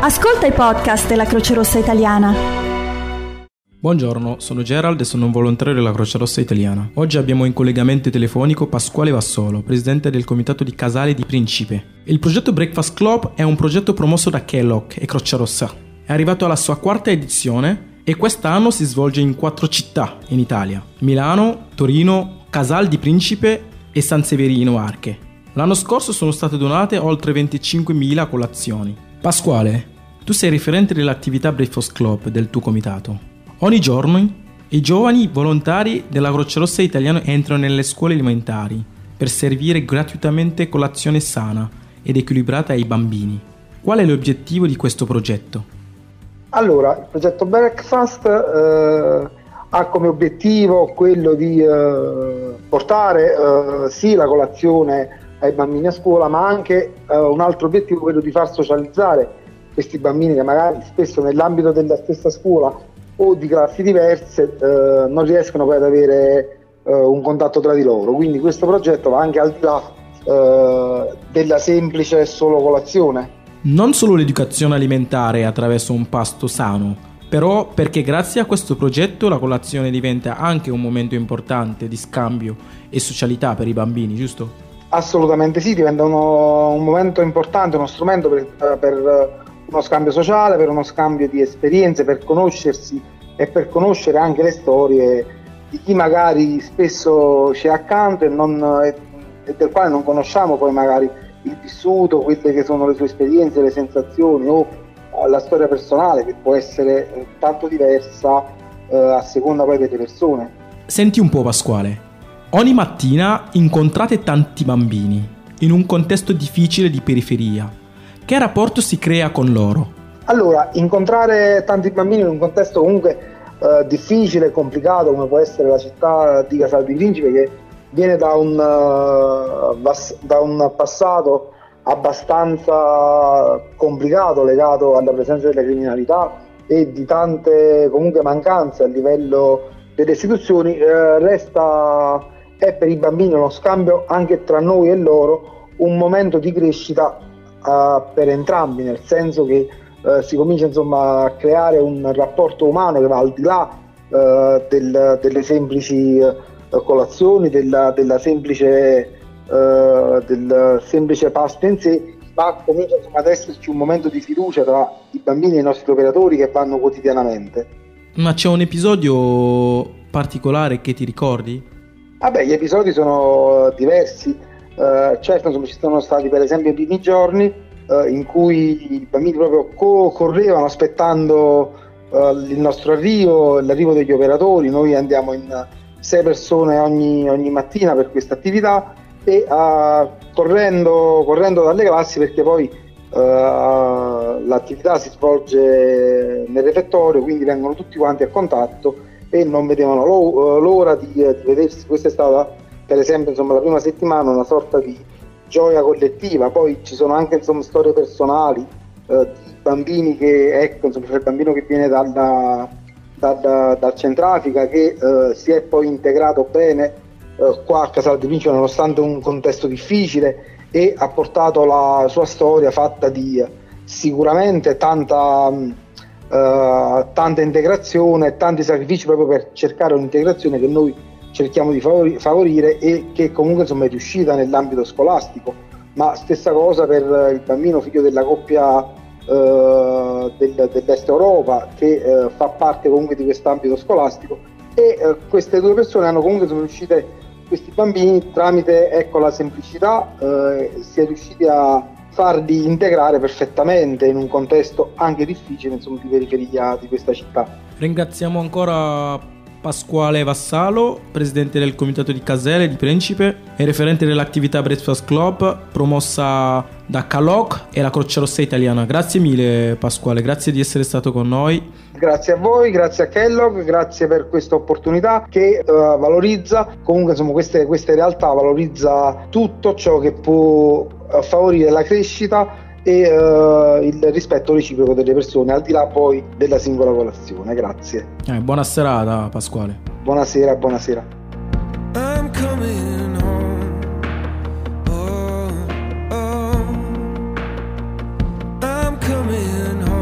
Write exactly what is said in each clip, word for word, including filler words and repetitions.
Ascolta i podcast della Croce Rossa Italiana. Buongiorno, sono Gerald e sono un volontario della Croce Rossa Italiana. Oggi abbiamo in collegamento telefonico Pasquale Vassolo, presidente del comitato di Casale di Principe. Il progetto Breakfast Club è un progetto promosso da Kellogg e Croce Rossa. È arrivato alla sua quarta edizione e quest'anno si svolge in quattro città in Italia: Milano, Torino, Casal di Principe e San Severino Arche. L'anno scorso sono state donate oltre venticinquemila colazioni. Pasquale, tu sei referente dell'attività Breakfast Club del tuo comitato. Ogni giorno i giovani volontari della Croce Rossa Italiana entrano nelle scuole elementari per servire gratuitamente colazione sana ed equilibrata ai bambini. Qual è l'obiettivo di questo progetto? Allora, il progetto Breakfast eh, ha come obiettivo quello di eh, portare eh, sì la colazione ai bambini a scuola, ma anche eh, un altro obiettivo, quello di far socializzare questi bambini che magari spesso nell'ambito della stessa scuola o di classi diverse eh, non riescono poi ad avere eh, un contatto tra di loro. Quindi questo progetto va anche al di là eh, della semplice solo colazione. Non solo l'educazione alimentare attraverso un pasto sano, però perché grazie a questo progetto la colazione diventa anche un momento importante di scambio e socialità per i bambini, giusto? Assolutamente sì, diventa uno, un momento importante, uno strumento per, per uno scambio sociale, per uno scambio di esperienze, per conoscersi e per conoscere anche le storie di chi magari spesso ci è accanto e, non, e, e del quale non conosciamo poi magari il vissuto, quelle che sono le sue esperienze, le sensazioni o la storia personale, che può essere tanto diversa eh, a seconda poi delle persone. Senti un po', Pasquale, ogni mattina incontrate tanti bambini in un contesto difficile di periferia. Che rapporto si crea con loro? Allora, incontrare tanti bambini in un contesto comunque eh, difficile e complicato, come può essere la città di Casal di Principe, che viene da un, uh, da un passato abbastanza complicato, legato alla presenza della criminalità e di tante comunque mancanze a livello delle istituzioni, eh, resta è per i bambini uno scambio anche tra noi e loro, un momento di crescita uh, per entrambi, nel senso che uh, si comincia insomma a creare un rapporto umano che va al di là uh, del, delle semplici uh, colazioni, della, della semplice uh, del semplice pasto in sé, ma comincia insomma ad esserci un momento di fiducia tra i bambini e i nostri operatori che vanno quotidianamente. Ma c'è un episodio particolare che ti ricordi? Vabbè, gli episodi sono diversi, uh, certo insomma, ci sono stati per esempio i primi giorni uh, in cui i bambini proprio co- correvano aspettando uh, il nostro arrivo, l'arrivo degli operatori. Noi andiamo in sei persone ogni, ogni mattina per questa attività e uh, correndo, correndo dalle classi, perché poi uh, l'attività si svolge nel refettorio, quindi vengono tutti quanti a contatto e non vedevano l'ora di, di vedersi. Questa è stata per esempio insomma, la prima settimana una sorta di gioia collettiva. Poi ci sono anche insomma, storie personali eh, di bambini che, ecco, insomma, c'è il bambino che viene dalla, dal, dal Centrafrica che eh, si è poi integrato bene eh, qua a Casal di Principe nonostante un contesto difficile e ha portato la sua storia fatta di sicuramente tanta Uh, tanta integrazione e tanti sacrifici proprio per cercare un'integrazione che noi cerchiamo di favori- favorire e che comunque insomma è riuscita nell'ambito scolastico. Ma stessa cosa per il bambino figlio della coppia uh, del, dell'Est Europa che uh, fa parte comunque di quest'ambito scolastico e uh, queste due persone hanno comunque sono riuscite, questi bambini tramite ecco la semplicità uh, si è riusciti a farli integrare perfettamente in un contesto anche difficile insomma di periferia di questa città. Ringraziamo ancora Pasquale Vassalo, presidente del comitato di Casale di Principe e referente dell'attività Breakfast Club promossa da Kellogg e la Croce Rossa Italiana. Grazie mille Pasquale, grazie di essere stato con noi. Grazie a voi, grazie a Kellogg, grazie per questa opportunità che uh, valorizza comunque insomma queste, queste realtà, valorizza tutto ciò che può uh, favorire la crescita e uh, il rispetto reciproco delle persone, al di là poi della singola colazione. Grazie. Eh, buona serata Pasquale. Buonasera, buonasera. I'm coming home. Oh, oh. I'm coming home.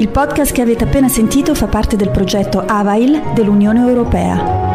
Il podcast che avete appena sentito fa parte del progetto AVAIL dell'Unione Europea.